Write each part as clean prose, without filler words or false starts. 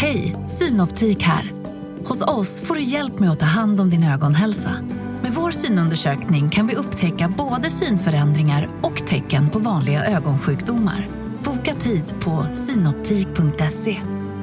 Hej, Synoptik här. Hos oss får du hjälp med att ta hand om din ögonhälsa. Med vår synundersökning kan vi upptäcka både synförändringar och tecken på vanliga ögonsjukdomar. Boka tid på synoptik.se.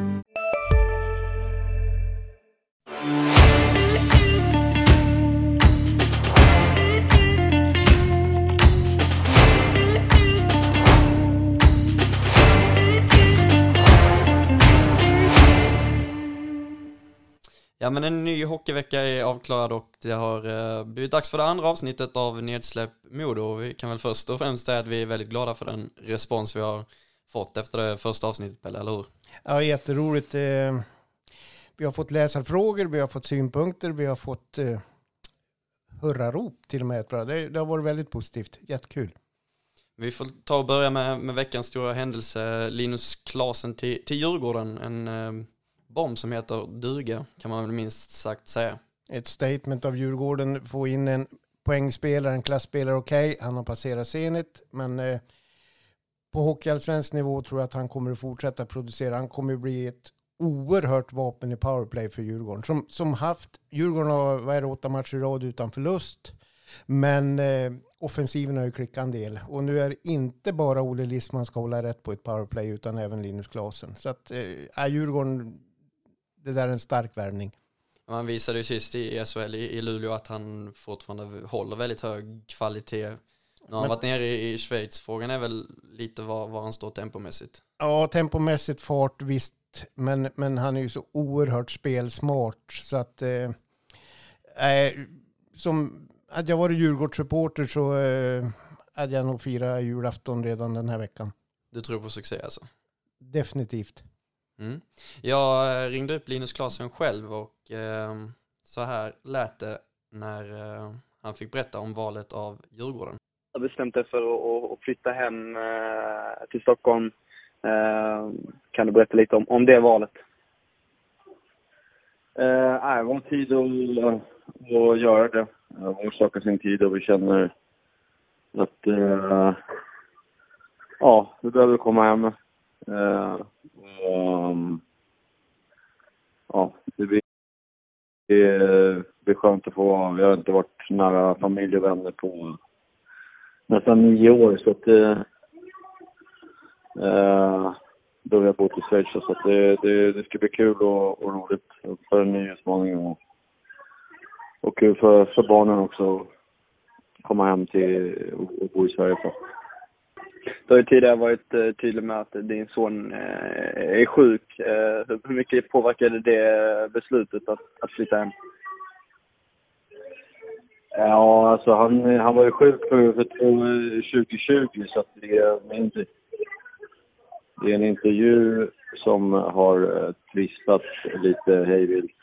Ja, men en ny hockeyvecka är avklarad och det har blivit dags för det andra avsnittet av Nedsläpp Modo. Vi kan väl först och främst säga att vi är väldigt glada för den respons vi har fått efter det första avsnittet, Pelle, eller hur? Ja, jätteroligt. Vi har fått läsarfrågor, vi har fått synpunkter, vi har fått hurrarop till och med. Det har varit väldigt positivt, jättekul. Vi får ta och börja med veckans stora händelse. Linus Klasen till Djurgården, en bomb som heter duga, kan man väl minst sagt säga. Ett statement av Djurgården, få in en poängspelare, en klassspelare, okej. Han har passerat Zenit, men på hockeyallsvensk nivå tror jag att han kommer att fortsätta producera. Han kommer att bli ett oerhört vapen i powerplay för Djurgården. Djurgården har 8 matcher i rad utan förlust, men offensiven har ju klickat en del. Och nu är det inte bara Olle Lissman ska hålla rätt på ett powerplay utan även Linus Klasen. Så att Djurgården, det där är en stark värvning. Man visade ju sist i SHL i Luleå att han fortfarande håller väldigt hög kvalitet. Nu har han varit nere i Schweiz. Frågan är väl lite var han står tempomässigt. Ja, tempomässigt fart visst. Men han är ju så oerhört spelsmart. Så att som att jag varit Djurgårdsreporter så hade jag nog firat julafton redan den här veckan. Du tror på succé alltså? Definitivt. Mm. Jag ringde upp Linus Klasen själv och så här lät det när han fick berätta om valet av Djurgården. Jag bestämde mig för att flytta hem till Stockholm. Kan du berätta lite om det valet? Det var tid att göra det. Orsaka sin tid och vi känner att vi behöver komma hem. Det blir skönt att få. Vi har inte varit nära familj och vänner på nästan 9 år, så att då har jag bott i Schweiz, så att det ska bli kul och roligt för en ny utmaning och kul för barnen också att komma hem till och bo i Sverige. Du har ju tidigare varit tydlig med att din son är sjuk. Hur mycket påverkade det beslutet att flytta hem? Ja, alltså han var ju sjuk för 2020, så att det är en intervju som har tvistat lite hejvilt.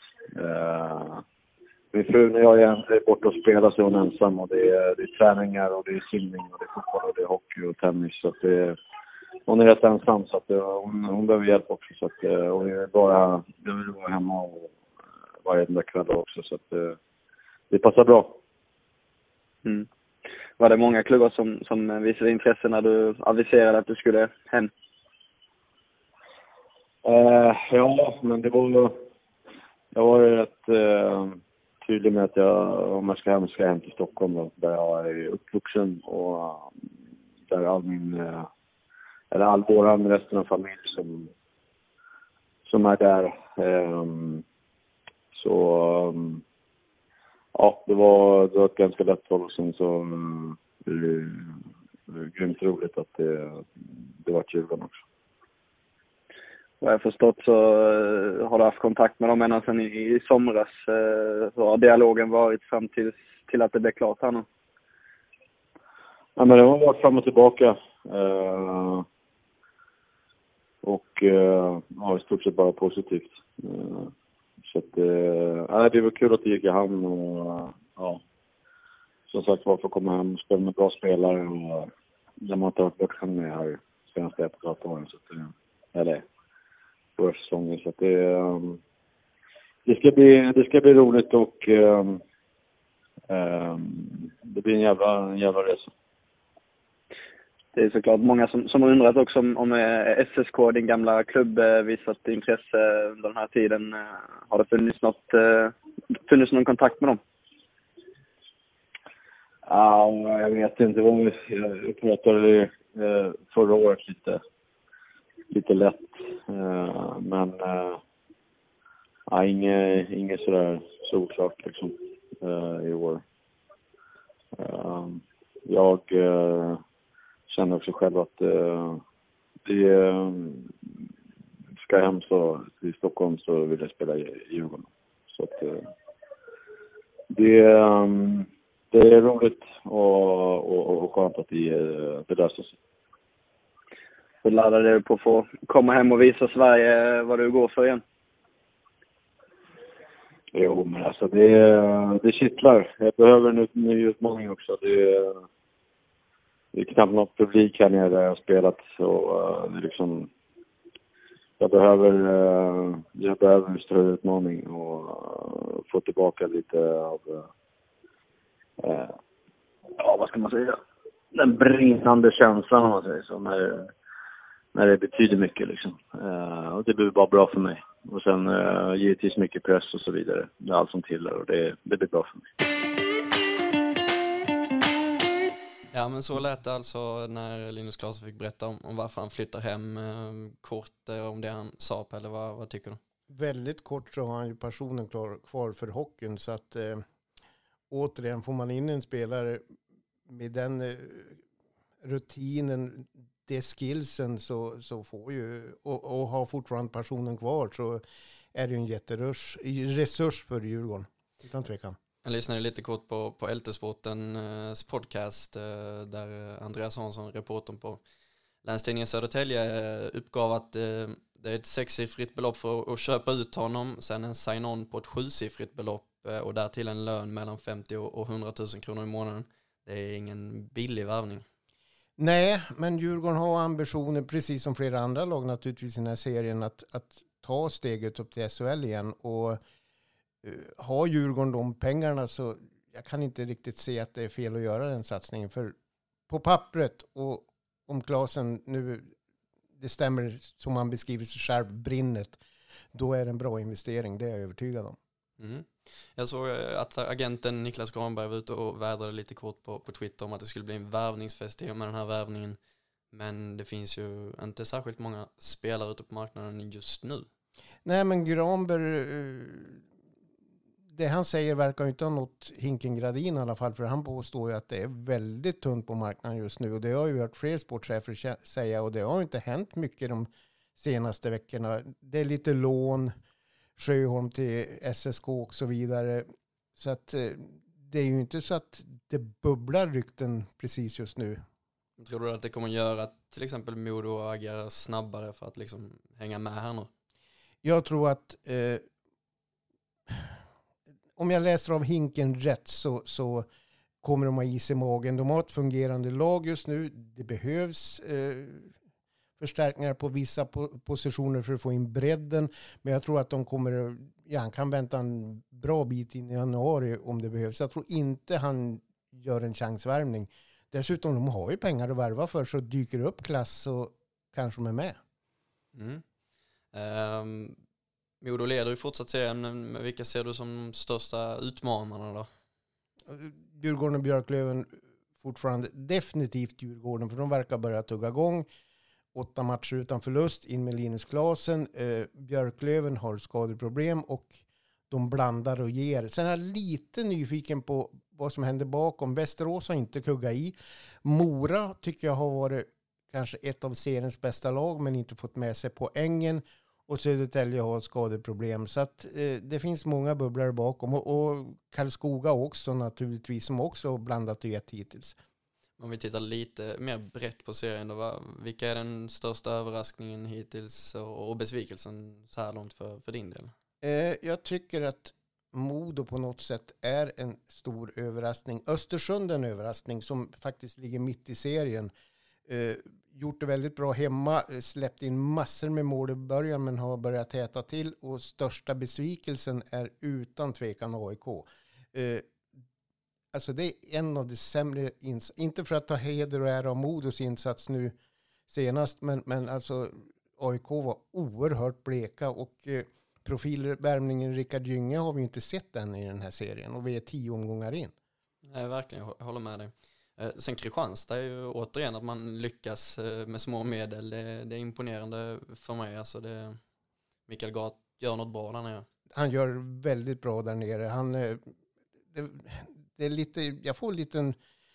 Min fru och jag är borta och spelar, så hon ensam, och det är träningar och det är simning och det är fotboll och det är hockey och tennis, så att hon är rätt ensam, så att hon behöver hjälp också, så att hon är bara vill vara hemma och varje enda kväll också, så att det passar bra. Mm. Var det många klubbar som visade intresse när du aviserade att du skulle hem? Ja, men jag var rätt tydlig med att om jag ska hem till Stockholm då, där jag är uppvuxen och där all våran resten av familj som är där. Det var ett ganska lätt val, och sen så det är grymt roligt att det var Djurgården också. Vad jag förstått så har du haft kontakt med dem ända sedan i somras. Så har dialogen varit fram till att det blev klart här nu? Ja, men det har varit fram och tillbaka. I stort sett bara positivt. Så att det var kul att det gick i hamn, och som sagt var, få komma hem och spela med bra spelare, och de har inte varit bortskämd med här senaste 1,5 åren, så att för säsongen, så att det ska bli roligt, och det blir en jävla resa. det är såklart många som har undrat också om SSK, din gamla klubb, visat intresse under den här tiden. Har det funnits någon kontakt med dem? Ja, jag vet inte. Jag pratade förra året lite lätt. Men inget sådär såklart liksom, i år. Jag känner också själv att det ska hem så i Stockholm så vill jag spela i Djurgården. Så att det är roligt och skönt att det löser sig. Så laddar du på att få komma hem och visa Sverige vad du går för igen? Jo, men alltså det kittlar. Jag behöver en ny utmaning också. Det är knappt något publik här nere där jag har spelat. Så det är liksom, jag behöver en större utmaning och få tillbaka lite av vad ska man säga, den brinnande känslan, om man säger så, när det betyder mycket liksom. Och det blir bara bra för mig. Och sen givetvis mycket press och så vidare. Det är allt som tillhör och det blir bra för mig. Ja, men så lät det alltså när Linus Klasen fick berätta om varför han flyttar hem. Kort om det han sa, eller vad tycker du? Väldigt kort så har han ju passionen kvar för hockeyn, så att återigen får man in en spelare med den rutinen, det skillsen, så får ju och har fortfarande passionen kvar, så är det ju en jätteresurs för Djurgården, utan tvekan. Jag lyssnade lite kort på LT-sportens podcast där Andreas Hansson, reportern på Länstidningen Södertälje, uppgav att det är ett 6-siffrigt belopp för att köpa ut honom, sen en sign-on på ett 7-siffrigt belopp och därtill en lön mellan 50 och 100 000 kronor i månaden. Det är ingen billig värvning. Nej, men Djurgården har ambitioner, precis som flera andra lag naturligtvis i den här serien, att ta steget upp till SHL igen. Och har Djurgården de pengarna, så jag kan inte riktigt se att det är fel att göra den satsningen. För på pappret, och om Klasen nu, det stämmer som han beskriver sig själv, brinnet, då är det en bra investering, det är jag övertygad om. Mm. Jag såg att agenten Niklas Granberg var ute och vädrade lite kort på Twitter om att det skulle bli en värvningsfest med den här värvningen. Men det finns ju inte särskilt många spelare ute på marknaden just nu. Nej, men Granberg, det han säger verkar inte ha något hinken gradin i alla fall, för han påstår ju att det är väldigt tunt på marknaden just nu, och det har ju hört fler sportchefer säga, och det har inte hänt mycket de senaste veckorna. Det är lite lån, Sjöholm till SSK och så vidare, så att det är ju inte så att det bubblar rykten precis just nu. Tror du att det kommer göra att till exempel Modo agerar snabbare för att liksom hänga med här nu? Jag tror att om jag läser av hinken rätt så kommer de ha is i magen. De har ett fungerande lag just nu. Det behövs förstärkningar på vissa positioner för att få in bredden. Men jag tror att de kommer, han kan vänta en bra bit in i januari om det behövs. Jag tror inte han gör en chansvärvning. Dessutom, de har ju pengar att värva för, så dyker det upp klass så kanske de är med. Modo leder ju fortsatt serien, men vilka ser du som största utmanarna då? Djurgården och Björklöven fortfarande, definitivt Djurgården, för de verkar börja tugga igång. 8 matcher utan förlust, in med Linus Klasen. Björklöven har skadeproblem och de blandar och ger. Sen är jag lite nyfiken på vad som händer bakom. Västerås har inte kuggat i. Mora tycker jag har varit kanske ett av seriens bästa lag, men inte fått med sig poängen. Och Södertälje har skadeproblem. Så att det finns många bubblare bakom. Och Karlskoga också naturligtvis, som också blandat och gett hittills. Om vi tittar lite mer brett på serien då, vilka är den största överraskningen hittills och besvikelsen så här långt för din del? Jag tycker att Modo på något sätt är en stor överraskning. Östersund är en överraskning som faktiskt ligger mitt i serien. Gjort det väldigt bra hemma, släppt in massor med mål i början, men har börjat täta till, och största besvikelsen är utan tvekan AIK. alltså det är en av de sämre inte för att ta heder och ära av Modos insats nu senast, men alltså AIK var oerhört bleka och profilvärmningen Rickard Gynge har vi inte sett än i den här serien och vi är 10 omgångar in. Nej, verkligen, jag håller med dig. Sen Kristianstad är ju återigen att man lyckas med små medel. Det är imponerande för mig. Alltså Mikael Gart gör något bra där nere. Han gör väldigt bra där nere. Det är lite, jag får en liten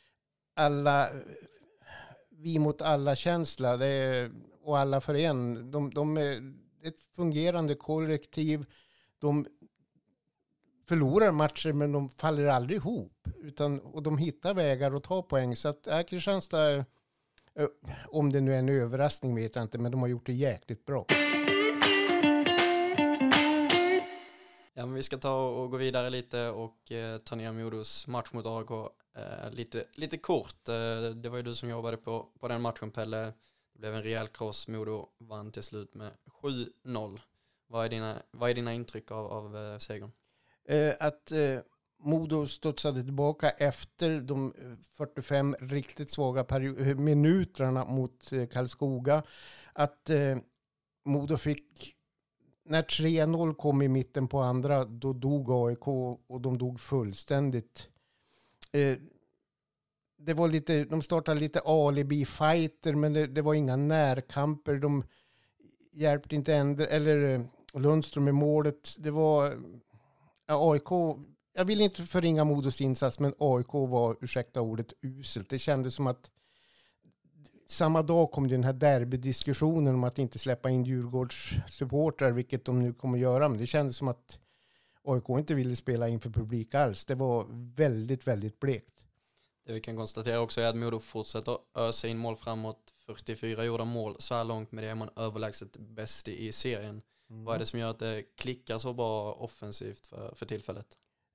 vi mot alla känsla och alla för en. De är ett fungerande kollektiv. De förlorar matcher men de faller aldrig ihop. Och de hittar vägar att ta poäng. Så att Kristianstad, om det nu är en överraskning vet jag inte, men de har gjort det jäkligt bra. Ja, men vi ska ta och gå vidare lite och ta ner Modos match mot AIK lite kort. Det var ju du som jobbade på den matchen, Pelle. Det blev en rejäl kross. Modo vann till slut med 7-0. Vad är dina intryck av segern? Att Modo studsade tillbaka efter de 45 riktigt svaga minuterna mot Karlskoga. Att Modo fick, när 3-0 kom i mitten på andra, då dog AIK och de dog fullständigt. Det var lite, de startade lite alibi-fighter, men det var inga närkamper. De hjälpte inte eller Lundström i målet. Det var AIK. Jag vill inte förringa Modos insats, men AIK var, ursäkta ordet, uselt. Det kändes som att samma dag kom den här derbydiskussionen om att inte släppa in Djurgårdssupportrar, vilket de nu kommer göra. Men det kändes som att AIK inte ville spela inför publik alls. Det var väldigt, väldigt blekt. Det vi kan konstatera också är att Modo fortsätter ösa in mål framåt. 44 gjorda mål så här långt, med det är man överlägset bäst i serien. Vad är det som gör att det klickar så bra offensivt för tillfället?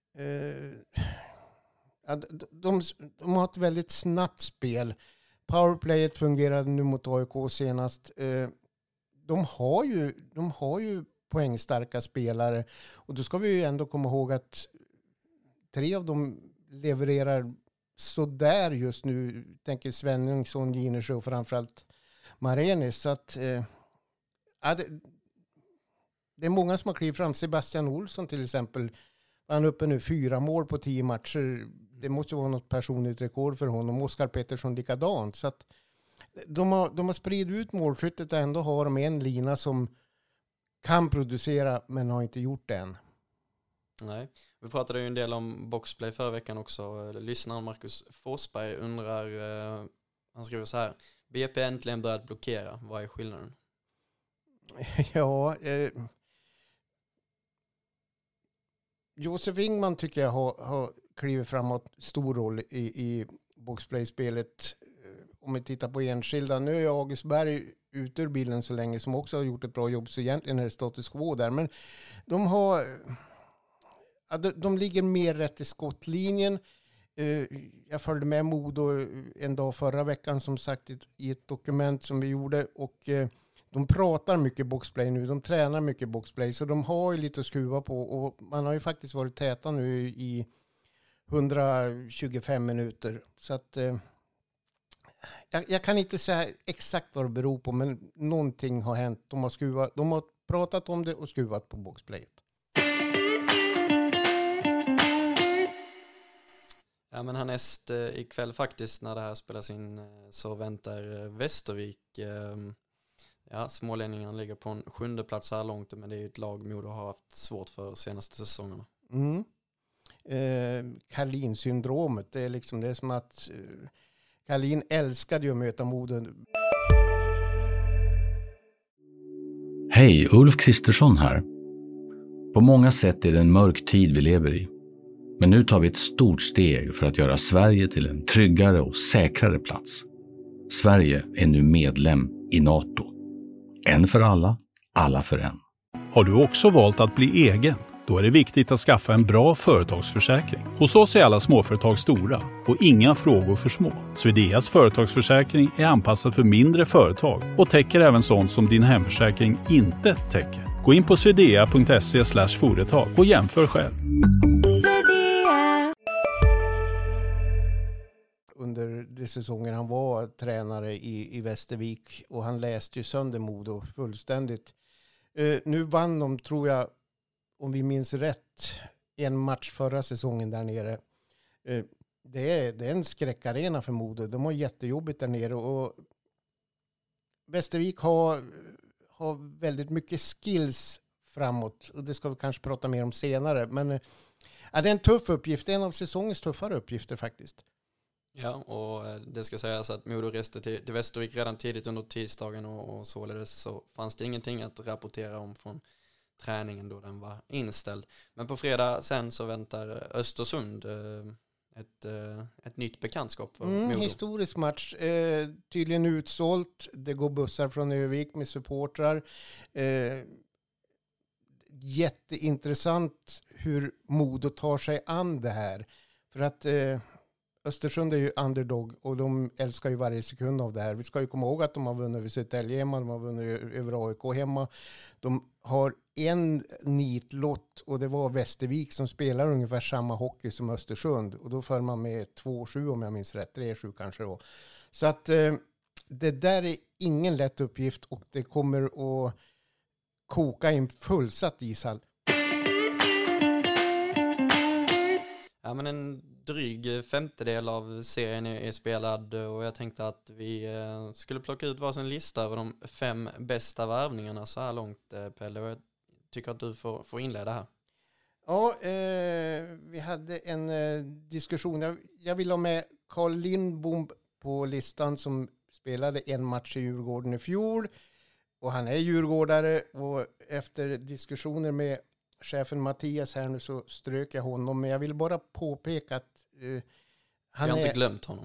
De har ett väldigt snabbt spel. Powerplayet fungerade nu mot AIK senast. De har ju poängstarka spelare. Och då ska vi ju ändå komma ihåg att 3 av dem levererar så där just nu. Tänker Svenningsson, Ginersjö och framförallt Marenis. Så att det är många som har klivit fram. Sebastian Olsson till exempel. Han är uppe nu 4 mål på 10 matcher. Det måste vara något personligt rekord för honom. Oskar Pettersson likadant. Så att de har spridit ut målskyttet och ändå har de en lina som kan producera men har inte gjort det än. Nej, vi pratade ju en del om boxplay förra veckan också. Lyssnaren Marcus Forsberg undrar, han skriver så här: BP äntligen börjat blockera. Vad är skillnaden? Ja, Josef Ingman tycker jag har klivit framåt stor roll i boxplay-spelet. Om vi tittar på enskilda. Nu är Augustberg ute ur bilden så länge, som också har gjort ett bra jobb, så egentligen är det status quo där. Men de ligger mer rätt i skottlinjen. Jag följde med Modo en dag förra veckan, som sagt, i ett dokument som vi gjorde, och de pratar mycket boxplay nu. De tränar mycket boxplay, så de har ju lite att skruva på, och man har ju faktiskt varit täta nu i 125 minuter. Så att jag kan inte säga exakt vad det beror på, men någonting har hänt. De har pratat om det och skruvat på boxplayet. Ja, men härnäst ikväll faktiskt, när det här spelas in, så väntar Västervik. Smålänningarna ligger på en 7:e plats här långt, men det är ju ett lag Modo har haft svårt för senaste säsongerna. Karlin-syndromet, det är som att Karlin älskade ju att möta Modo. Hej, Ulf Kristersson här. På många sätt är det en mörk tid vi lever i. Men nu tar vi ett stort steg för att göra Sverige till en tryggare och säkrare plats. Sverige är nu medlem i NATO. En för alla, alla för en. Har du också valt att bli egen? Då är det viktigt att skaffa en bra företagsförsäkring. Hos oss är alla småföretag stora och inga frågor för små. Swedeas företagsförsäkring är anpassad för mindre företag och täcker även sånt som din hemförsäkring inte täcker. Gå in på swedea.se/företag och jämför själv. under de säsonger han var tränare i Västervik. Och han läste ju sönder Modo fullständigt. Nu vann de, tror jag, om vi minns rätt, en match förra säsongen där nere. Det är en skräckarena för Modo. De har jättejobbigt där nere. Och Västervik har väldigt mycket skills framåt. Och det ska vi kanske prata mer om senare. Men det är en tuff uppgift. Det är en av säsongens tuffare uppgifter faktiskt. Ja, och det ska sägas att Modo reste till Västervik redan tidigt under tisdagen och således så fanns det ingenting att rapportera om från träningen då den var inställd. Men på fredag sen så väntar Östersund ett nytt bekantskap för Modo. Historisk match. Tydligen utsålt. Det går bussar från Övik med supportrar. Jätteintressant hur Modo tar sig an det här. För att Östersund är ju underdog och de älskar ju varje sekund av det här. Vi ska ju komma ihåg att de har vunnit över Södertälje hemma, de har vunnit över AIK hemma. De har en nitlott och det var Västervik som spelar ungefär samma hockey som Östersund. Och då för man med 2-7 om jag minns rätt, 3-7 kanske då. Så att det där är ingen lätt uppgift och det kommer att koka i en fullsatt ishall. Ja, men en dryg femtedel av serien är spelad och jag tänkte att vi skulle plocka ut varsin lista över de 5 bästa värvningarna så här långt, Pelle. Och jag tycker att du får inleda här. Ja, vi hade en diskussion. Jag vill ha med Carl Lindbom på listan som spelade en match i Djurgården i fjol. Och han är djurgårdare och efter diskussioner med chefen Mattias här nu så strök jag honom. Men jag vill bara påpeka att han har inte glömt honom.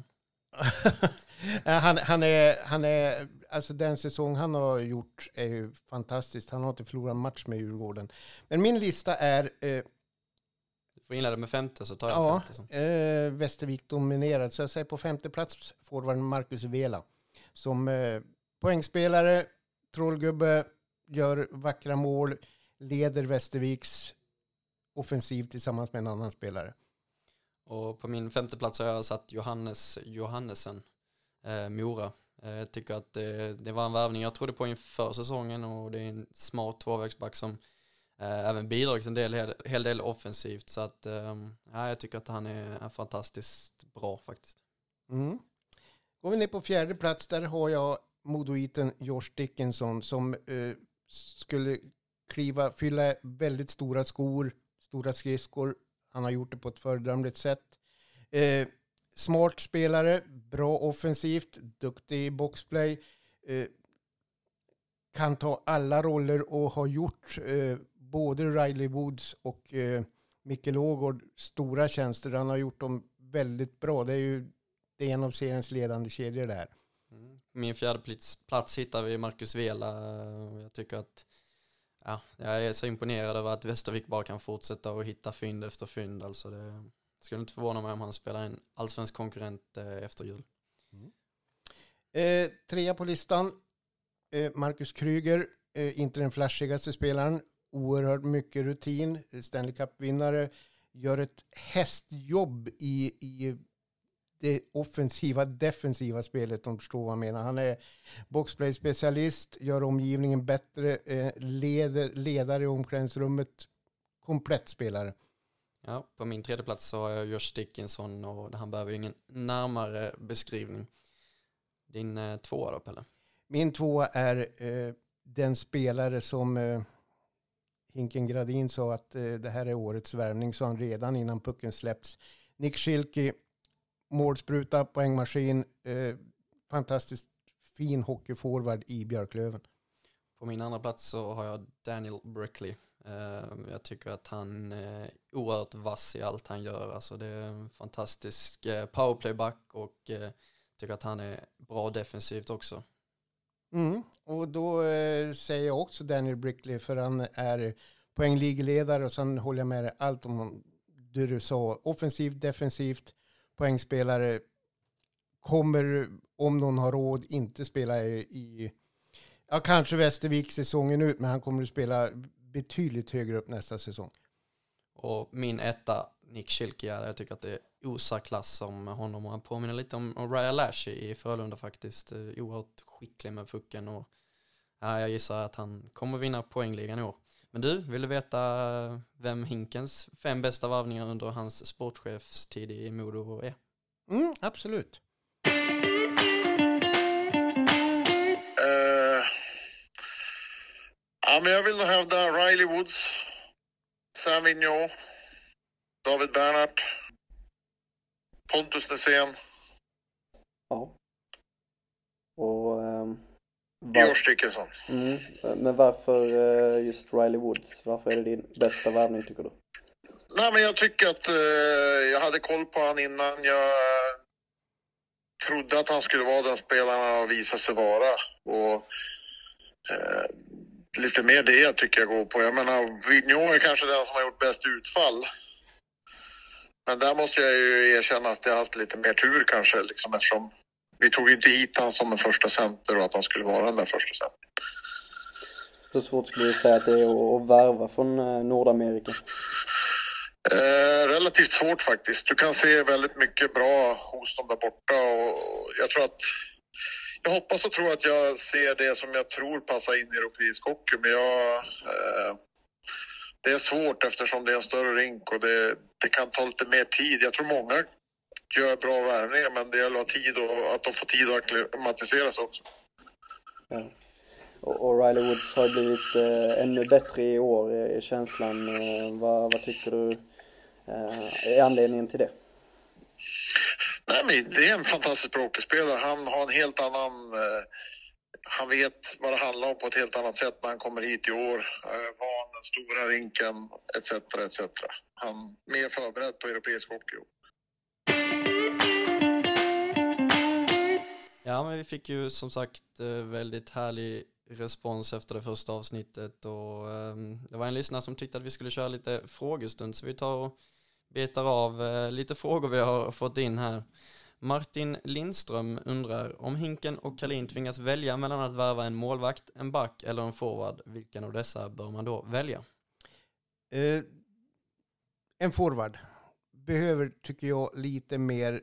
han är alltså den säsong han har gjort är ju fantastiskt. Han har inte förlorat match med Djurgården. Men min lista är du får inleda med 5:e så tar jag 5:e. Västervik dominerad. Så jag säger på 5:e plats forwarden Marcus Vela som poängspelare, trollgubbe, gör vackra mål, leder Västerviks offensiv tillsammans med en annan spelare. Och på min 5:e plats har jag satt Johannes Johannesen, Mora. Jag tycker att det var en värvning jag trodde på inför säsongen och det är en smart tvåvägsback som även bidrar till en hel del offensivt. Så att jag tycker att han är fantastiskt bra faktiskt. Går vi ner på 4:e plats, där har jag modoiten Josh Dickinson som skulle fylla väldigt stora skor, stora skridskor. Han har gjort det på ett föredömligt sätt. Smart spelare, bra offensivt, duktig i boxplay. Kan ta alla roller och har gjort både Riley Woods och Mikkel Ågård stora tjänster. Han har gjort dem väldigt bra. Det är en av seriens ledande kedjor där. Min 4:e plats hittar vi Marcus Vela. Jag tycker att jag är så imponerad över att Västervik bara kan fortsätta och hitta fynd efter fynd. Alltså det skulle inte förvåna mig om han spelar en allsvensk konkurrent efter jul. 3:a på listan, Marcus Kryger, inte den flashigaste spelaren. Oerhört mycket rutin, Stanley Cup-vinnare, gör ett hästjobb i det offensiva, defensiva spelet, om du förstår vad jag menar. Han är boxplay-specialist, gör omgivningen bättre, ledare i omklädningsrummet, komplett spelare. Ja, på min 3:e plats så har jag Josh Dickinson och han behöver ingen närmare beskrivning. Din 2:a då, Pelle? Min 2:a är den spelare som Hinken Gradin sa att det här är årets värvning, så han redan innan pucken släpps. Nick Schilke, målspruta, poängmaskin, fantastiskt fin hockeyforward i Björklöven. På min andra plats så har jag Daniel Brickley. Jag tycker att han är oerhört vass i allt han gör. Alltså det är en fantastisk powerplayback och tycker att han är bra defensivt också. Och då säger jag också Daniel Brickley, för han är poängligeledare och sen håller jag med dig allt om det du sa. Offensivt, defensivt, poängspelare, kommer om någon har råd inte spela i kanske Västervik säsongen ut, men han kommer att spela betydligt högre upp nästa säsong. Och min 1:a, Nick Schilke, jag tycker att det är osar klass som honom, och han påminner lite om Ryan Lash i Frölunda faktiskt. Oerhört skicklig med pucken, och jag gissar att han kommer vinna poängligan i år. Men du, vill du veta vem Hinkens 5 bästa varvningar under hans sportchefstid i Modo är? Absolut. Ja, men jag vill nog hävda Riley Woods, Sam Vigneault, David Bernhardt, Pontus Nässén. Ja. Och George Dickinson. Men varför just Riley Woods? Varför är det din bästa värvning, tycker du? Nej, men jag tycker att jag hade koll på han innan. Jag trodde att han skulle vara den spelaren han visade sig vara. Och lite mer det jag tycker jag går på. Jag menar, Vigneault är kanske den som har gjort bäst utfall. Men där måste jag ju erkänna att jag har haft lite mer tur kanske. Liksom, eftersom vi tog inte hit han som en första center och att han skulle vara den där första center. Hur svårt skulle du säga att det är att värva från Nordamerika? Relativt svårt faktiskt. Du kan se väldigt mycket bra hos dem där borta. Och jag tror att... Jag hoppas och tror att jag ser det som jag tror passar in i europeisk hockey. Men det är svårt eftersom det är en större rink och det kan ta lite mer tid. Jag tror många gör bra värvningar, men det gäller att tid och att de får tid att akklimatiseras också. Ja. Och Riley Woods har blivit ännu bättre i år, är känslan. Vad tycker du är anledningen till det? Nej, men det är en fantastisk bråkespelare. Han har en helt annan... Han vet vad det handlar om på ett helt annat sätt när han kommer hit i år. Van den stora rinken, etc. etc. Han är mer förberedd på europeisk hockey. Ja, men vi fick ju som sagt väldigt härlig respons efter det första avsnittet, och det var en lyssnare som tyckte att vi skulle köra lite frågestund, så vi tar och betar av lite frågor vi har fått in här. Martin Lindström undrar om Hinken och Kalin tvingas välja mellan att värva en målvakt, en back eller en forward. Vilken av dessa bör man då välja? En forward behöver, tycker jag, lite mer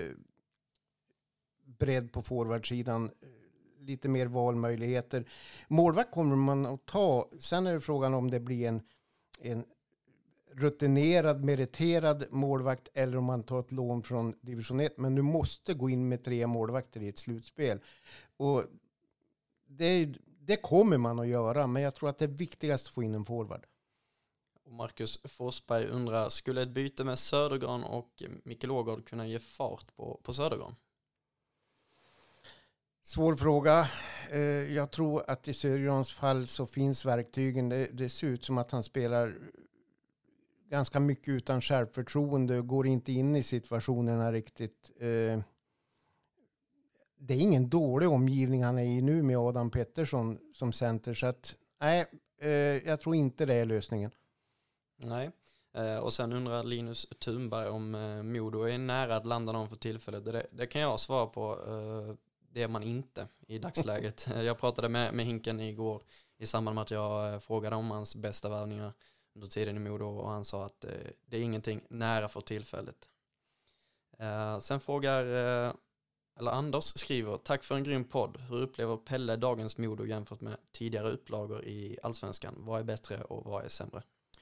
bredd på forwardsidan. Lite mer valmöjligheter. Målvakt kommer man att ta. Sen är det frågan om det blir en rutinerad, meriterad målvakt eller om man tar ett lån från division 1. Men du måste gå in med 3 målvakter i ett slutspel. Och det kommer man att göra, men jag tror att det är viktigast att få in en forward. Och Marcus Forsberg undrar, skulle ett byte med Södergran och Mikkel Ågård kunna ge fart på Södergran? Svår fråga. Jag tror att i Södergrans fall så finns verktygen. Det ser ut som att han spelar ganska mycket utan självförtroende, går inte in i situationerna riktigt. Det är ingen dålig omgivning han är i nu med Adam Pettersson som center, så att nej, jag tror inte det är lösningen. Nej, och sen undrar Linus Thunberg om Modo är nära att landa någon för tillfället. Det kan jag svara på. Det är man inte i dagsläget. Jag pratade med Hinken igår i samband med att jag frågade om hans bästa värvningar under tiden i Modo, och han sa att det är ingenting nära för tillfället. Sen frågar, eller Anders skriver, tack för en grym podd. Hur upplever Pelle dagens Modo jämfört med tidigare upplagor i Allsvenskan? Vad är bättre och vad är sämre?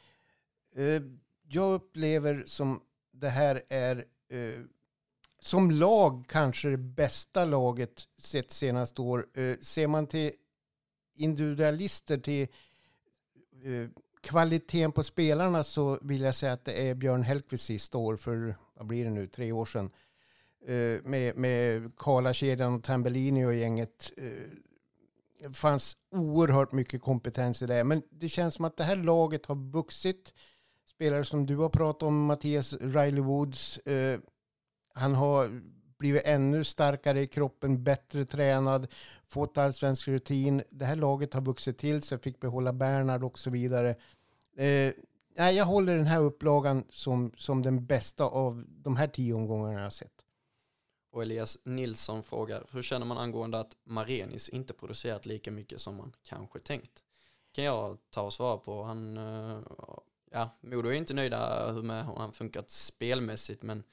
Jag upplever som det här är som lag kanske det bästa laget sett senaste år. Ser man till individualister, till kvaliteten på spelarna, så vill jag säga att det är Björn Hellkvist sista år för, vad blir det nu, 3 år sedan. Med Karla-kedjan och Tambellini och gänget. Det fanns oerhört mycket kompetens i det. Men det känns som att det här laget har vuxit. Spelare som du har pratat om, Mattias Riley Woods. Han har blivit ännu starkare i kroppen, bättre tränad, fått allsvensk rutin. Det här laget har vuxit till sig, fick behålla Bernhard och så vidare. Jag håller den här upplagan som den bästa av de här 10 omgångarna jag har sett. Och Elias Nilsson frågar, hur känner man angående att Marenis inte producerat lika mycket som man kanske tänkt? Kan jag ta och svara på. Modo är inte nöjda med hur han funkat spelmässigt, men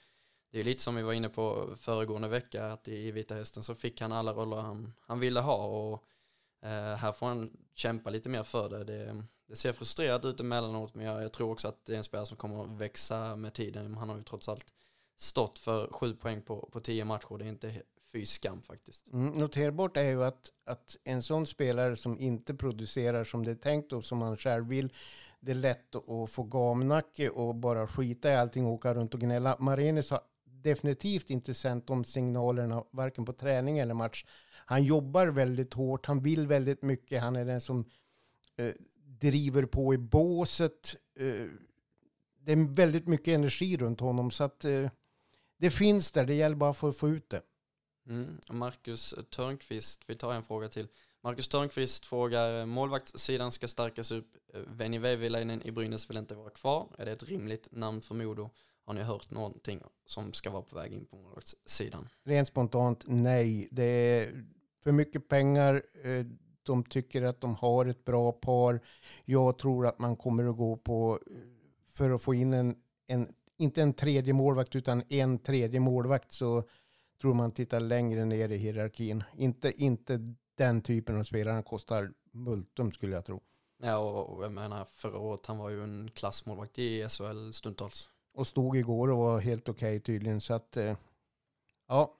Det är lite som vi var inne på föregående vecka, att i Vita Hästen så fick han alla roller han ville ha, och här får han kämpa lite mer för det. Det ser frustrerat ut emellanåt, men jag tror också att det är en spelare som kommer att växa med tiden. Han har ju trots allt stått för 7 poäng på 10 matcher. Det är inte fy skam faktiskt. Noterbart är ju att en sån spelare som inte producerar som det är tänkt och som man själv vill, det är lätt att få gamnacke och bara skita i allting och åka runt och gnälla. Marenis har definitivt inte sänt de signalerna varken på träning eller match. Han jobbar väldigt hårt, han vill väldigt mycket, han är den som driver på i båset. Det är väldigt mycket energi runt honom, så att det finns där, det gäller bara för att få ut det. Marcus Törnqvist, vi tar en fråga till. Marcus Törnqvist frågar: målvaktssidan ska stärkas upp. Veni Veiviläinen i Brynäs vill inte vara kvar. Är det ett rimligt namn för Modo? Har ni hört någonting som ska vara på väg in på målvaktssidan? Rent spontant nej. Det är för mycket pengar. De tycker att de har ett bra par. Jag tror att man kommer att gå på, för att få in inte en tredje målvakt utan en tredje målvakt, så tror man tittar längre ner i hierarkin. Inte den typen av spelare kostar multum, skulle jag tro. Ja, och jag menar förra året, han var ju en klassmålvakt i SHL stundtals. Och stod igår och var helt okej tydligen, så att ja.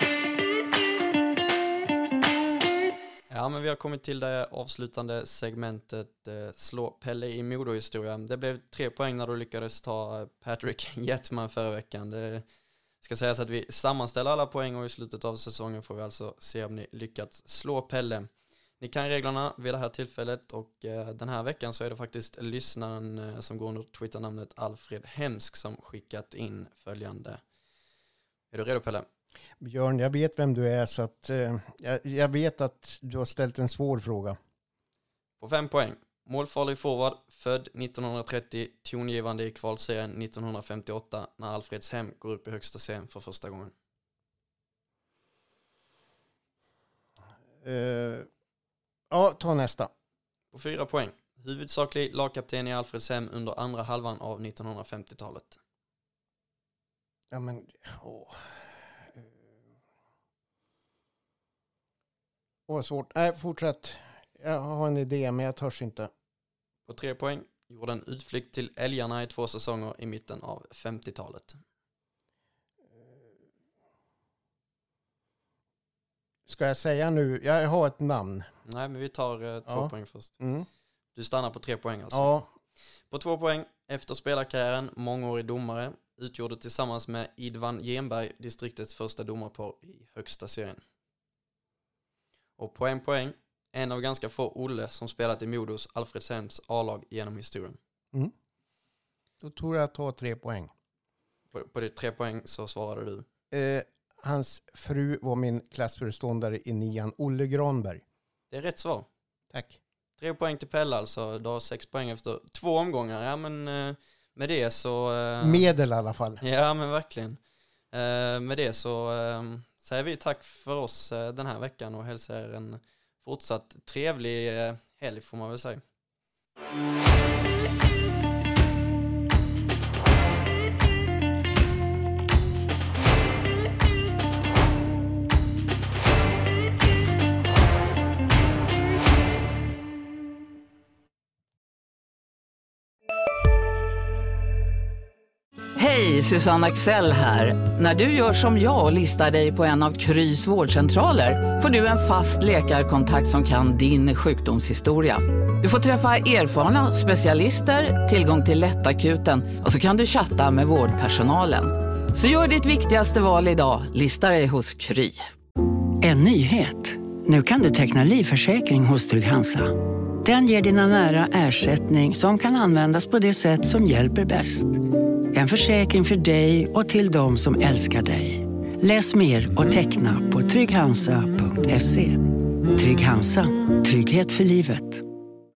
Ja, men vi har kommit till det avslutande segmentet, slå Pelle i Modo-historia. Det blev 3 poäng när du lyckades ta Patrick Jetman förra veckan. Det ska sägas att vi sammanställer alla poäng, och i slutet av säsongen får vi alltså se om ni lyckats slå Pelle. Ni kan reglerna vid det här tillfället, och den här veckan så är det faktiskt lyssnaren som går under Twitter-namnet Alfred Hemsk som skickat in följande. Är du redo, Pelle? Björn, jag vet vem du är, så att jag vet att du har ställt en svår fråga. På 5 poäng. Målfarlig forward, född 1930, tongivande i kvalserien 1958 när Alfreds hem går upp i högsta serien för första gången. Ja, ta nästa. På 4 poäng. Huvudsaklig lagkapten i Alfreds hem under andra halvan av 1950-talet. Ja, men svårt. Nej, fortsätt. Jag har en idé, men jag törs inte. På 3 poäng. Gjorde en utflykt till Älgarna i 2 säsonger i mitten av 50-talet. Ska jag säga nu? Jag har ett namn. Nej, men vi tar 2 poäng först. Du stannar på 3 poäng alltså. Ja. På 2 poäng. Efter spelarkarriären, mångårig domare, utgjorde tillsammans med Idvan Genberg distriktets första domarpar i högsta serien. Och på 1 poäng. En av ganska få Olle som spelat i Modos Alfredshems A-lag genom historien. Då tror jag att ta 3 poäng. På det 3 poäng så svarade du. Hans fru var min klassföreståndare i 9:an, Olle Granberg. Det är rätt svar. Tack. 3 poäng till Pelle alltså. Du har 6 poäng efter 2 omgångar. Ja, men med det så... Medel i alla fall. Ja, men verkligen. Med det så säger vi tack för oss den här veckan och hälsar er en fortsatt trevlig helg, får man väl säga. Hej, Susanne Axel här. När du gör som jag och listar dig på en av Krys vårdcentraler får du en fast läkarkontakt som kan din sjukdomshistoria. Du får träffa erfarna specialister, tillgång till lättakuten och så kan du chatta med vårdpersonalen. Så gör ditt viktigaste val idag, lista dig hos Kry. En nyhet. Nu kan du teckna livförsäkring hos Trygg-Hansa. Den ger dina nära ersättning som kan användas på det sätt som hjälper bäst. En försäkring för dig och till de som älskar dig. Läs mer och teckna på trygghansa.se. Trygg-Hansa. Trygghet för livet.